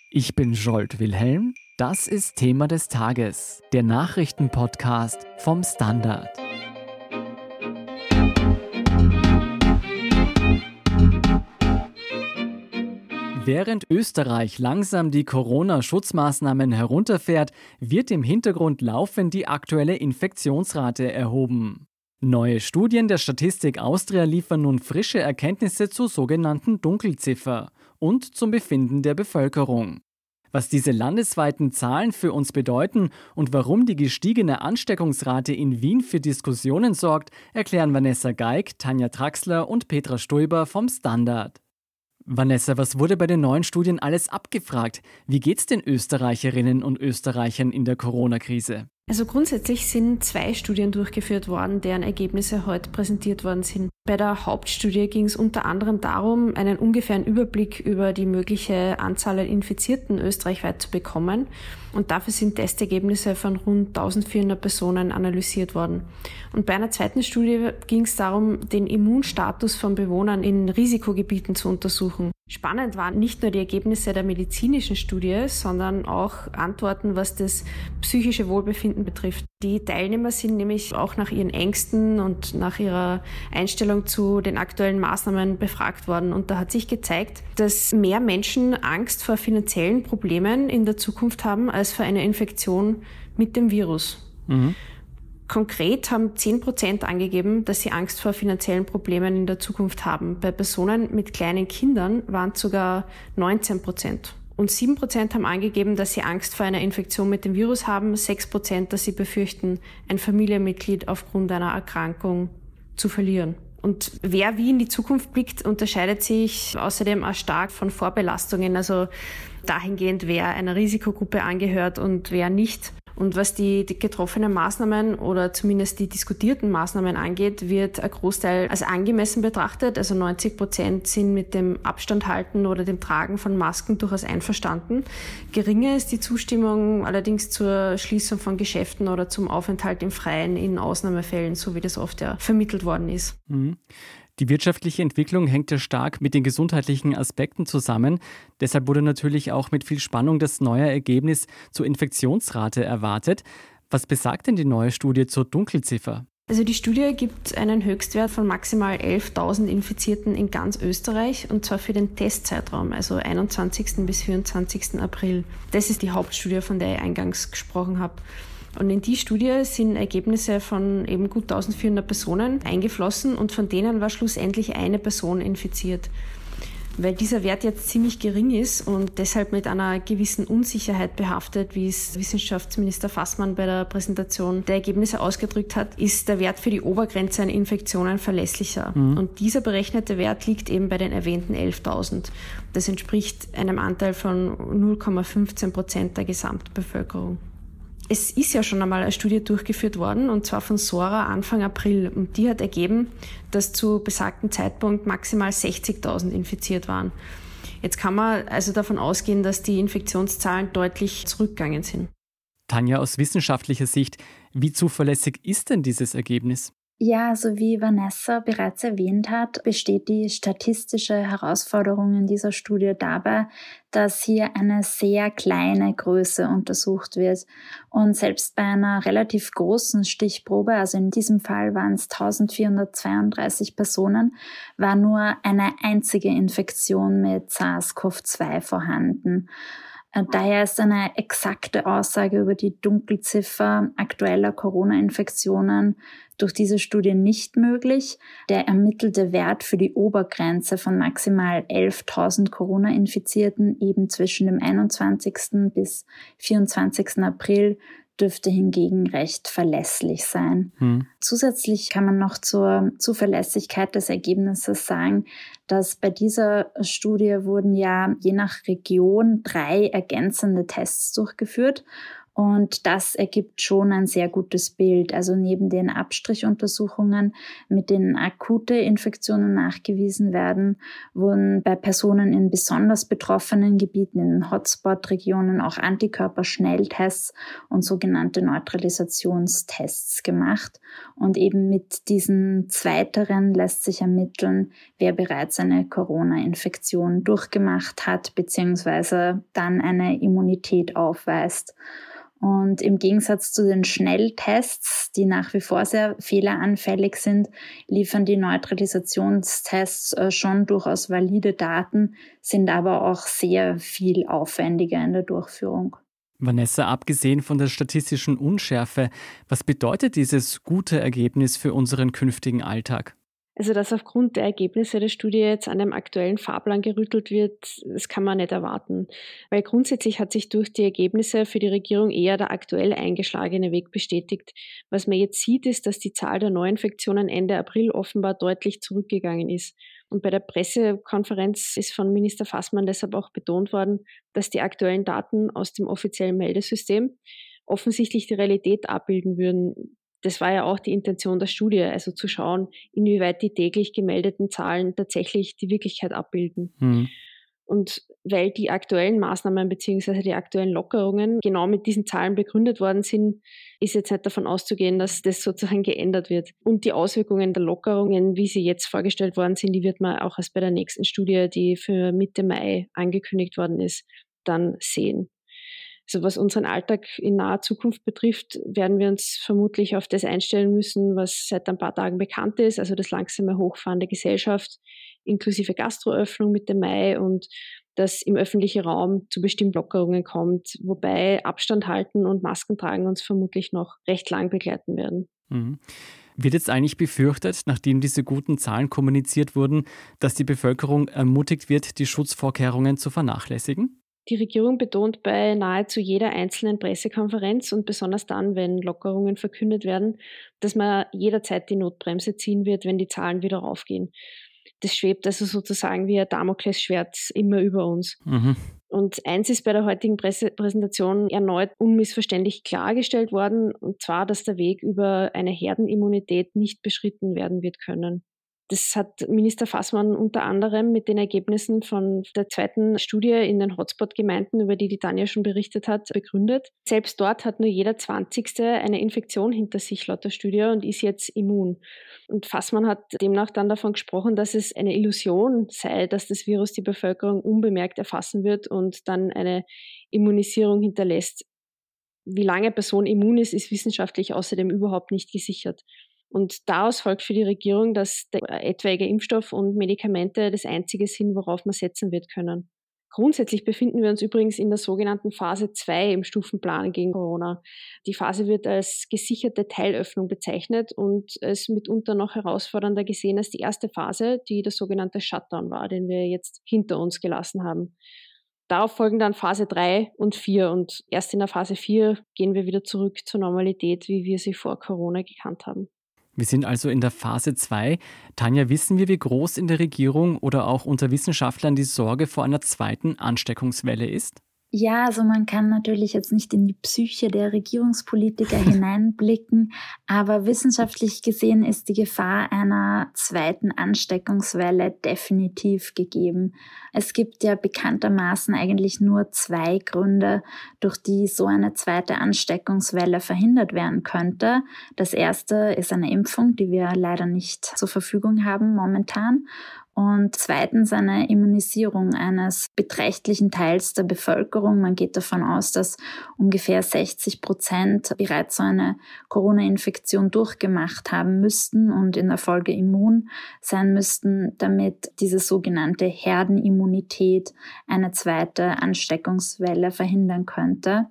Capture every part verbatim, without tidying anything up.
Ich bin Jolt Wilhelm. Das ist Thema des Tages, der Nachrichtenpodcast vom Standard. Während Österreich langsam die Corona-Schutzmaßnahmen herunterfährt, wird im Hintergrund laufend die aktuelle Infektionsrate erhoben. Neue Studien der Statistik Austria liefern nun frische Erkenntnisse zur sogenannten Dunkelziffer und zum Befinden der Bevölkerung. Was diese landesweiten Zahlen für uns bedeuten und warum die gestiegene Ansteckungsrate in Wien für Diskussionen sorgt, erklären Vanessa Geig, Tanja Traxler und Petra Stoiber vom Standard. Vanessa, was wurde bei den neuen Studien alles abgefragt? Wie geht's den Österreicherinnen und Österreichern in der Corona-Krise? Also grundsätzlich sind zwei Studien durchgeführt worden, deren Ergebnisse heute präsentiert worden sind. Bei der Hauptstudie ging es unter anderem darum, einen ungefähren Überblick über die mögliche Anzahl an Infizierten österreichweit zu bekommen. Und dafür sind Testergebnisse von rund eintausendvierhundert Personen analysiert worden. Und bei einer zweiten Studie ging es darum, den Immunstatus von Bewohnern in Risikogebieten zu untersuchen. Spannend waren nicht nur die Ergebnisse der medizinischen Studie, sondern auch Antworten, was das psychische Wohlbefinden betrifft. Die Teilnehmer sind nämlich auch nach ihren Ängsten und nach ihrer Einstellung zu den aktuellen Maßnahmen befragt worden. Und da hat sich gezeigt, dass mehr Menschen Angst vor finanziellen Problemen in der Zukunft haben, als vor einer Infektion mit dem Virus. Mhm. Konkret haben zehn Prozent angegeben, dass sie Angst vor finanziellen Problemen in der Zukunft haben. Bei Personen mit kleinen Kindern waren es sogar neunzehn Prozent. Und sieben Prozent haben angegeben, dass sie Angst vor einer Infektion mit dem Virus haben. sechs Prozent, dass sie befürchten, ein Familienmitglied aufgrund einer Erkrankung zu verlieren. Und wer wie in die Zukunft blickt, unterscheidet sich außerdem auch stark von Vorbelastungen, also dahingehend, wer einer Risikogruppe angehört und wer nicht. Und was die, die getroffenen Maßnahmen oder zumindest die diskutierten Maßnahmen angeht, wird ein Großteil als angemessen betrachtet. Also neunzig Prozent sind mit dem Abstand halten oder dem Tragen von Masken durchaus einverstanden. Geringer ist die Zustimmung allerdings zur Schließung von Geschäften oder zum Aufenthalt im Freien in Ausnahmefällen, so wie das oft ja vermittelt worden ist. Mhm. Die wirtschaftliche Entwicklung hängt ja stark mit den gesundheitlichen Aspekten zusammen. Deshalb wurde natürlich auch mit viel Spannung das neue Ergebnis zur Infektionsrate erwartet. Was besagt denn die neue Studie zur Dunkelziffer? Also die Studie gibt einen Höchstwert von maximal elftausend Infizierten in ganz Österreich und zwar für den Testzeitraum, also einundzwanzigsten bis vierundzwanzigsten April. Das ist die Hauptstudie, von der ich eingangs gesprochen habe. Und in die Studie sind Ergebnisse von eben gut eintausendvierhundert Personen eingeflossen und von denen war schlussendlich eine Person infiziert. Weil dieser Wert jetzt ziemlich gering ist und deshalb mit einer gewissen Unsicherheit behaftet, wie es Wissenschaftsminister Fassmann bei der Präsentation der Ergebnisse ausgedrückt hat, ist der Wert für die Obergrenze an Infektionen verlässlicher. Mhm. Und dieser berechnete Wert liegt eben bei den erwähnten elftausend. Das entspricht einem Anteil von null Komma fünfzehn Prozent der Gesamtbevölkerung. Es ist ja schon einmal eine Studie durchgeführt worden, und zwar von Sora Anfang April. Und die hat ergeben, dass zu besagtem Zeitpunkt maximal sechzigtausend infiziert waren. Jetzt kann man also davon ausgehen, dass die Infektionszahlen deutlich zurückgegangen sind. Tanja, aus wissenschaftlicher Sicht, wie zuverlässig ist denn dieses Ergebnis? Ja, also wie Vanessa bereits erwähnt hat, besteht die statistische Herausforderung in dieser Studie dabei, dass hier eine sehr kleine Größe untersucht wird. Und selbst bei einer relativ großen Stichprobe, also in diesem Fall waren es eintausendvierhundertzweiunddreißig Personen, war nur eine einzige Infektion mit SARS-C o V zwei vorhanden. Daher ist eine exakte Aussage über die Dunkelziffer aktueller Corona-Infektionen durch diese Studie nicht möglich. Der ermittelte Wert für die Obergrenze von maximal elftausend Corona-Infizierten eben zwischen dem einundzwanzigsten bis vierundzwanzigsten April dürfte hingegen recht verlässlich sein. Hm. Zusätzlich kann man noch zur Zuverlässigkeit des Ergebnisses sagen, dass bei dieser Studie wurden ja je nach Region drei ergänzende Tests durchgeführt. Und das ergibt schon ein sehr gutes Bild. Also neben den Abstrichuntersuchungen, mit denen akute Infektionen nachgewiesen werden, wurden bei Personen in besonders betroffenen Gebieten, in den Hotspot-Regionen auch Antikörperschnelltests und sogenannte Neutralisationstests gemacht. Und eben mit diesen zweiteren lässt sich ermitteln, wer bereits eine Corona-Infektion durchgemacht hat, beziehungsweise dann eine Immunität aufweist. Und im Gegensatz zu den Schnelltests, die nach wie vor sehr fehleranfällig sind, liefern die Neutralisationstests schon durchaus valide Daten, sind aber auch sehr viel aufwendiger in der Durchführung. Vanessa, abgesehen von der statistischen Unschärfe, was bedeutet dieses gute Ergebnis für unseren künftigen Alltag? Also, dass aufgrund der Ergebnisse der Studie jetzt an dem aktuellen Fahrplan gerüttelt wird, das kann man nicht erwarten. Weil grundsätzlich hat sich durch die Ergebnisse für die Regierung eher der aktuell eingeschlagene Weg bestätigt. Was man jetzt sieht, ist, dass die Zahl der Neuinfektionen Ende April offenbar deutlich zurückgegangen ist. Und bei der Pressekonferenz ist von Minister Fassmann deshalb auch betont worden, dass die aktuellen Daten aus dem offiziellen Meldesystem offensichtlich die Realität abbilden würden. Das war ja auch die Intention der Studie, also zu schauen, inwieweit die täglich gemeldeten Zahlen tatsächlich die Wirklichkeit abbilden. Mhm. Und weil die aktuellen Maßnahmen bzw. die aktuellen Lockerungen genau mit diesen Zahlen begründet worden sind, ist jetzt nicht davon auszugehen, dass das sozusagen geändert wird. Und die Auswirkungen der Lockerungen, wie sie jetzt vorgestellt worden sind, die wird man auch erst bei der nächsten Studie, die für Mitte Mai angekündigt worden ist, dann sehen. Also was unseren Alltag in naher Zukunft betrifft, werden wir uns vermutlich auf das einstellen müssen, was seit ein paar Tagen bekannt ist, also das langsame Hochfahren der Gesellschaft inklusive Gastroöffnung Mitte Mai und dass im öffentlichen Raum zu bestimmten Lockerungen kommt, wobei Abstand halten und Masken tragen uns vermutlich noch recht lang begleiten werden. Mhm. Wird jetzt eigentlich befürchtet, nachdem diese guten Zahlen kommuniziert wurden, dass die Bevölkerung ermutigt wird, die Schutzvorkehrungen zu vernachlässigen? Die Regierung betont bei nahezu jeder einzelnen Pressekonferenz und besonders dann, wenn Lockerungen verkündet werden, dass man jederzeit die Notbremse ziehen wird, wenn die Zahlen wieder raufgehen. Das schwebt also sozusagen wie ein Damoklesschwert immer über uns. Mhm. Und eins ist bei der heutigen Presse- Präsentation erneut unmissverständlich klargestellt worden, und zwar, dass der Weg über eine Herdenimmunität nicht beschritten werden wird können. Das hat Minister Fassmann unter anderem mit den Ergebnissen von der zweiten Studie in den Hotspot-Gemeinden, über die die Tanja schon berichtet hat, begründet. Selbst dort hat nur jeder Zwanzigste eine Infektion hinter sich laut der Studie und ist jetzt immun. Und Fassmann hat demnach dann davon gesprochen, dass es eine Illusion sei, dass das Virus die Bevölkerung unbemerkt erfassen wird und dann eine Immunisierung hinterlässt. Wie lange eine Person immun ist, ist wissenschaftlich außerdem überhaupt nicht gesichert. Und daraus folgt für die Regierung, dass der etwaige Impfstoff und Medikamente das Einzige sind, worauf man setzen wird können. Grundsätzlich befinden wir uns übrigens in der sogenannten Phase zwei im Stufenplan gegen Corona. Die Phase wird als gesicherte Teilöffnung bezeichnet und ist mitunter noch herausfordernder gesehen als die erste Phase, die der sogenannte Shutdown war, den wir jetzt hinter uns gelassen haben. Darauf folgen dann Phase drei und vier und erst in der Phase vier gehen wir wieder zurück zur Normalität, wie wir sie vor Corona gekannt haben. Wir sind also in der Phase zwei. Tanja, wissen wir, wie groß in der Regierung oder auch unter Wissenschaftlern die Sorge vor einer zweiten Ansteckungswelle ist? Ja, also man kann natürlich jetzt nicht in die Psyche der Regierungspolitiker hineinblicken, aber wissenschaftlich gesehen ist die Gefahr einer zweiten Ansteckungswelle definitiv gegeben. Es gibt ja bekanntermaßen eigentlich nur zwei Gründe, durch die so eine zweite Ansteckungswelle verhindert werden könnte. Das erste ist eine Impfung, die wir leider nicht zur Verfügung haben momentan. Und zweitens eine Immunisierung eines beträchtlichen Teils der Bevölkerung. Man geht davon aus, dass ungefähr sechzig Prozent bereits so eine Corona-Infektion durchgemacht haben müssten und in der Folge immun sein müssten, damit diese sogenannte Herdenimmunität eine zweite Ansteckungswelle verhindern könnte.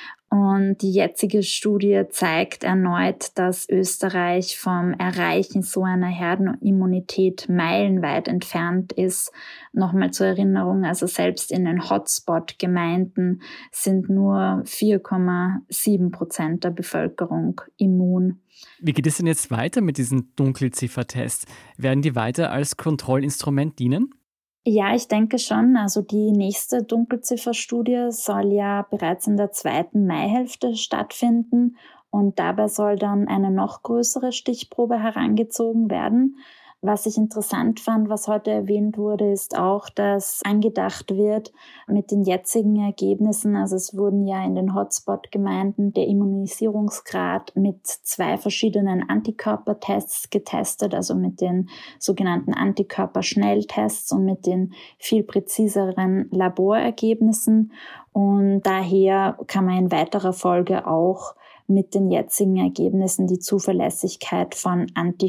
Und die jetzige Studie zeigt erneut, dass Österreich vom Erreichen so einer Herdenimmunität meilenweit entfernt ist. Nochmal zur Erinnerung, also selbst in den Hotspot-Gemeinden sind nur vier Komma sieben Prozent der Bevölkerung immun. Wie geht es denn jetzt weiter mit diesen Dunkelziffertests? Werden die weiter als Kontrollinstrument dienen? Ja, ich denke schon. Also die nächste Dunkelzifferstudie soll ja bereits in der zweiten Maihälfte stattfinden und dabei soll dann eine noch größere Stichprobe herangezogen werden. Was ich interessant fand, was heute erwähnt wurde, ist auch, dass angedacht wird mit den jetzigen Ergebnissen, also es wurden ja in den Hotspot-Gemeinden der Immunisierungsgrad mit zwei verschiedenen Antikörpertests getestet, also mit den sogenannten Antikörperschnelltests und mit den viel präziseren Laborergebnissen. Und daher kann man in weiterer Folge auch mit den jetzigen Ergebnissen die Zuverlässigkeit von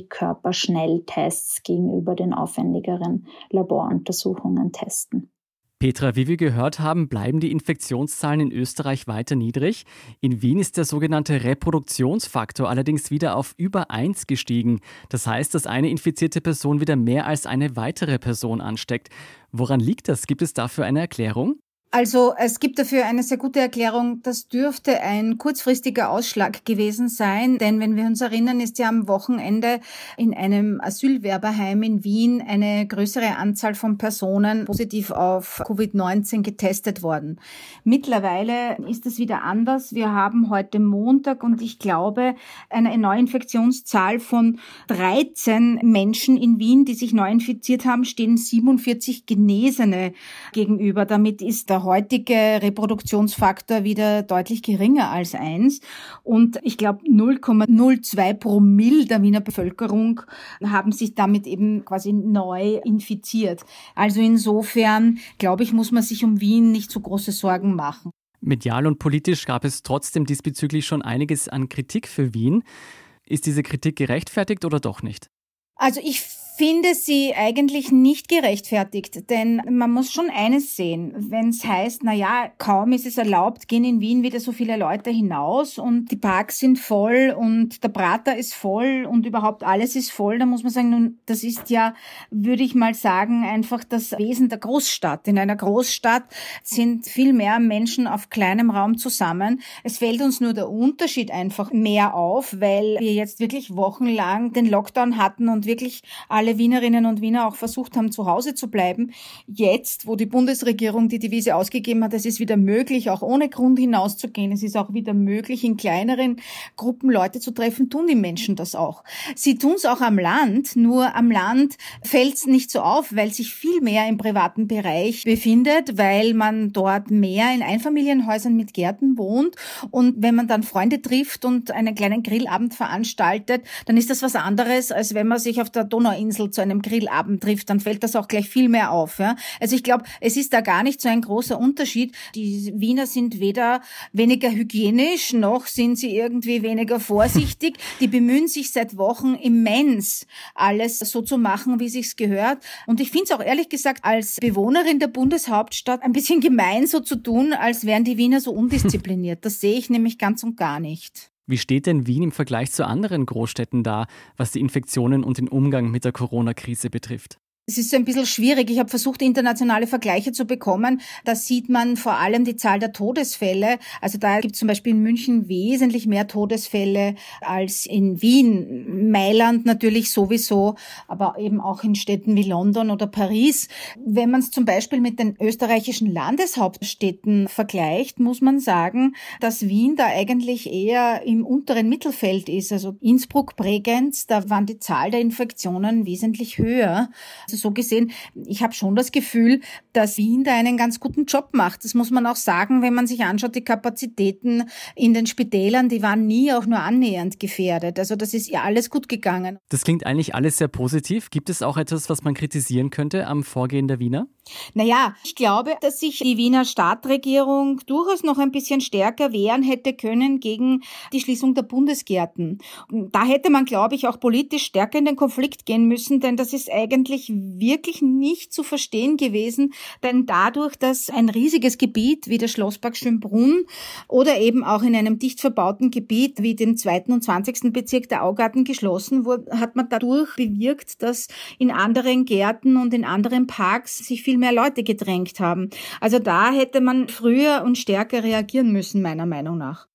Antikörperschnelltests gegenüber den aufwendigeren Laboruntersuchungen testen. Petra, wie wir gehört haben, bleiben die Infektionszahlen in Österreich weiter niedrig. In Wien ist der sogenannte Reproduktionsfaktor allerdings wieder auf über eins gestiegen. Das heißt, dass eine infizierte Person wieder mehr als eine weitere Person ansteckt. Woran liegt das? Gibt es dafür eine Erklärung? Also es gibt dafür eine sehr gute Erklärung. Das dürfte ein kurzfristiger Ausschlag gewesen sein, denn wenn wir uns erinnern, ist ja am Wochenende in einem Asylwerberheim in Wien eine größere Anzahl von Personen positiv auf Covid neunzehn getestet worden. Mittlerweile ist es wieder anders. Wir haben heute Montag und ich glaube eine Neuinfektionszahl von dreizehn Menschen in Wien, die sich neu infiziert haben, stehen siebenundvierzig Genesene gegenüber. Damit ist der heutige Reproduktionsfaktor wieder deutlich geringer als eins. Und ich glaube, null Komma null zwei Promille der Wiener Bevölkerung haben sich damit eben quasi neu infiziert. Also insofern, glaube ich, muss man sich um Wien nicht so große Sorgen machen. Medial und politisch gab es trotzdem diesbezüglich schon einiges an Kritik für Wien. Ist diese Kritik gerechtfertigt oder doch nicht? Also ich finde sie eigentlich nicht gerechtfertigt, denn man muss schon eines sehen, wenn es heißt, na ja, kaum ist es erlaubt, gehen in Wien wieder so viele Leute hinaus und die Parks sind voll und der Prater ist voll und überhaupt alles ist voll, dann muss man sagen, nun, das ist ja, würde ich mal sagen, einfach das Wesen der Großstadt. In einer Großstadt sind viel mehr Menschen auf kleinem Raum zusammen. Es fällt uns nur der Unterschied einfach mehr auf, weil wir jetzt wirklich wochenlang den Lockdown hatten und wirklich alle alle Wienerinnen und Wiener auch versucht haben, zu Hause zu bleiben. Jetzt, wo die Bundesregierung die Devise ausgegeben hat, es ist wieder möglich, auch ohne Grund hinauszugehen. Es ist auch wieder möglich, in kleineren Gruppen Leute zu treffen, tun die Menschen das auch. Sie tun es auch am Land, nur am Land fällt es nicht so auf, weil sich viel mehr im privaten Bereich befindet, weil man dort mehr in Einfamilienhäusern mit Gärten wohnt. Und wenn man dann Freunde trifft und einen kleinen Grillabend veranstaltet, dann ist das was anderes, als wenn man sich auf der Donauinsel zu einem Grillabend trifft, dann fällt das auch gleich viel mehr auf. Ja? Also ich glaube, es ist da gar nicht so ein großer Unterschied. Die Wiener sind weder weniger hygienisch, noch sind sie irgendwie weniger vorsichtig. Die bemühen sich seit Wochen immens, alles so zu machen, wie sich's gehört. Und ich finde es auch ehrlich gesagt als Bewohnerin der Bundeshauptstadt ein bisschen gemein, so zu tun, als wären die Wiener so undiszipliniert. Das sehe ich nämlich ganz und gar nicht. Wie steht denn Wien im Vergleich zu anderen Großstädten da, was die Infektionen und den Umgang mit der Corona-Krise betrifft? Es ist so ein bisschen schwierig. Ich habe versucht, internationale Vergleiche zu bekommen. Da sieht man vor allem die Zahl der Todesfälle. Also da gibt es zum Beispiel in München wesentlich mehr Todesfälle als in Wien. Mailand natürlich sowieso, aber eben auch in Städten wie London oder Paris. Wenn man es zum Beispiel mit den österreichischen Landeshauptstädten vergleicht, muss man sagen, dass Wien da eigentlich eher im unteren Mittelfeld ist. Also Innsbruck, Bregenz, da waren die Zahl der Infektionen wesentlich höher. So gesehen, ich habe schon das Gefühl, dass Wien da einen ganz guten Job macht. Das muss man auch sagen, wenn man sich anschaut, die Kapazitäten in den Spitälern, die waren nie auch nur annähernd gefährdet. Also das ist ja alles gut gegangen. Das klingt eigentlich alles sehr positiv. Gibt es auch etwas, was man kritisieren könnte am Vorgehen der Wiener? Naja, ich glaube, dass sich die Wiener Stadtregierung durchaus noch ein bisschen stärker wehren hätte können gegen die Schließung der Bundesgärten. Da hätte man, glaube ich, auch politisch stärker in den Konflikt gehen müssen, denn das ist eigentlich wirklich nicht zu verstehen gewesen, denn dadurch, dass ein riesiges Gebiet wie der Schlosspark Schönbrunn oder eben auch in einem dicht verbauten Gebiet wie dem zweiten und zwanzigsten Bezirk der Augarten geschlossen wurde, hat man dadurch bewirkt, dass in anderen Gärten und in anderen Parks sich viel mehr Leute gedrängt haben. Also da hätte man früher und stärker reagieren müssen, meiner Meinung nach.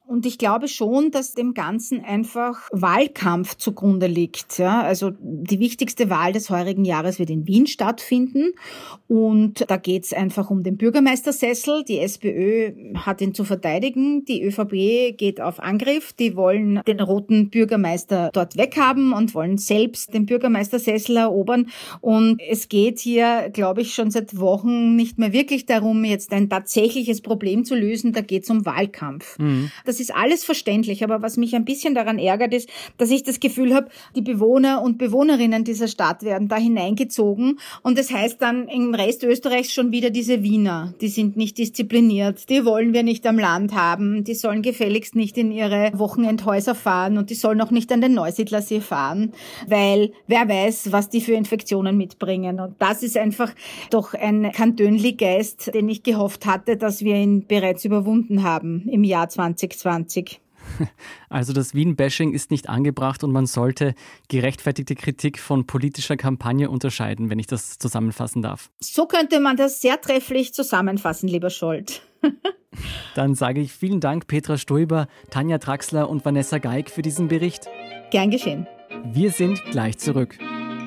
Und ich glaube schon, dass dem Ganzen einfach Wahlkampf zugrunde liegt. Ja, also die wichtigste Wahl des heurigen Jahres wird in Wien stattfinden. Und da geht es einfach um den Bürgermeistersessel. Die SPÖ hat ihn zu verteidigen. Die ÖVP geht auf Angriff. Die wollen den roten Bürgermeister dort weghaben und wollen selbst den Bürgermeistersessel erobern. Und es geht hier, glaube ich, schon seit Wochen nicht mehr wirklich darum, jetzt ein tatsächliches Problem zu lösen. Da geht es um Wahlkampf. Mhm. Das ist alles verständlich, aber was mich ein bisschen daran ärgert, ist, dass ich das Gefühl habe, die Bewohner und Bewohnerinnen dieser Stadt werden da hineingezogen und das heißt dann im Rest Österreichs schon wieder diese Wiener, die sind nicht diszipliniert, die wollen wir nicht am Land haben, die sollen gefälligst nicht in ihre Wochenendhäuser fahren und die sollen auch nicht an den Neusiedlersee fahren, weil wer weiß, was die für Infektionen mitbringen. Und das ist einfach doch ein Kantönli-Geist, den ich gehofft hatte, dass wir ihn bereits überwunden haben im Jahr zwanzig zwanzig. Also das Wien-Bashing ist nicht angebracht und man sollte gerechtfertigte Kritik von politischer Kampagne unterscheiden, wenn ich das zusammenfassen darf. So könnte man das sehr trefflich zusammenfassen, lieber Scholt. Dann sage ich vielen Dank Petra Stoiber, Tanja Traxler und Vanessa Geig für diesen Bericht. Gern geschehen. Wir sind gleich zurück.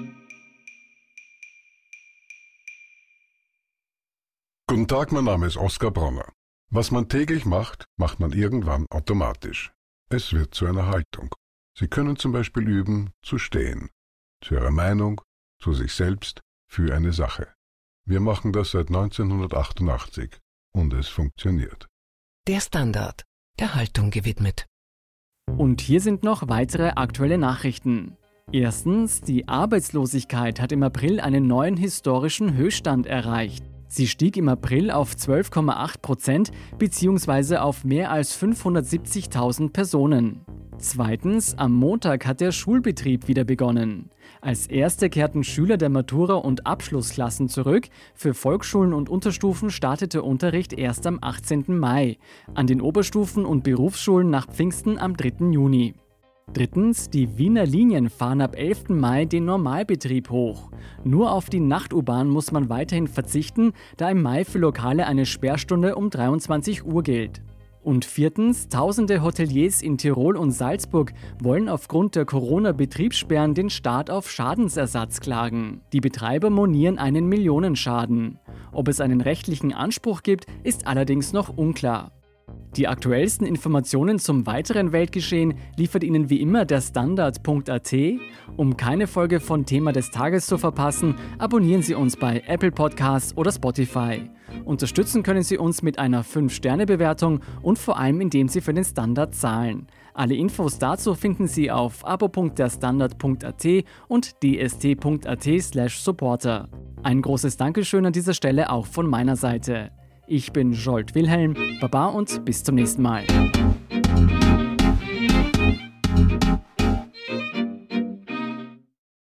Guten Tag, mein Name ist Oskar Bronner. Was man täglich macht, macht man irgendwann automatisch. Es wird zu einer Haltung. Sie können zum Beispiel üben, zu stehen. Zu Ihrer Meinung, zu sich selbst, für eine Sache. Wir machen das seit neunzehnhundertachtundachtzig und es funktioniert. Der Standard, der Haltung gewidmet. Und hier sind noch weitere aktuelle Nachrichten. Erstens, die Arbeitslosigkeit hat im April einen neuen historischen Höchststand erreicht. Sie stieg im April auf zwölf Komma acht Prozent bzw. auf mehr als fünfhundertsiebzigtausend Personen. Zweitens, am Montag hat der Schulbetrieb wieder begonnen. Als erste kehrten Schüler der Matura- und Abschlussklassen zurück. Für Volksschulen und Unterstufen startete Unterricht erst am achtzehnten Mai. An den Oberstufen und Berufsschulen nach Pfingsten am dritten Juni. Drittens, die Wiener Linien fahren ab elften Mai den Normalbetrieb hoch. Nur auf die Nacht-U-Bahn muss man weiterhin verzichten, da im Mai für Lokale eine Sperrstunde um dreiundzwanzig Uhr gilt. Und viertens, tausende Hoteliers in Tirol und Salzburg wollen aufgrund der Corona-Betriebssperren den Staat auf Schadensersatz klagen. Die Betreiber monieren einen Millionenschaden. Ob es einen rechtlichen Anspruch gibt, ist allerdings noch unklar. Die aktuellsten Informationen zum weiteren Weltgeschehen liefert Ihnen wie immer der Standard punkt a t. Um keine Folge von Thema des Tages zu verpassen, abonnieren Sie uns bei Apple Podcasts oder Spotify. Unterstützen können Sie uns mit einer fünf Sterne Bewertung und vor allem indem Sie für den Standard zahlen. Alle Infos dazu finden Sie auf abo punkt der standard punkt a t und d s t punkt a t slash supporter. Ein großes Dankeschön an dieser Stelle auch von meiner Seite. Ich bin Jolt Wilhelm, Baba und bis zum nächsten Mal.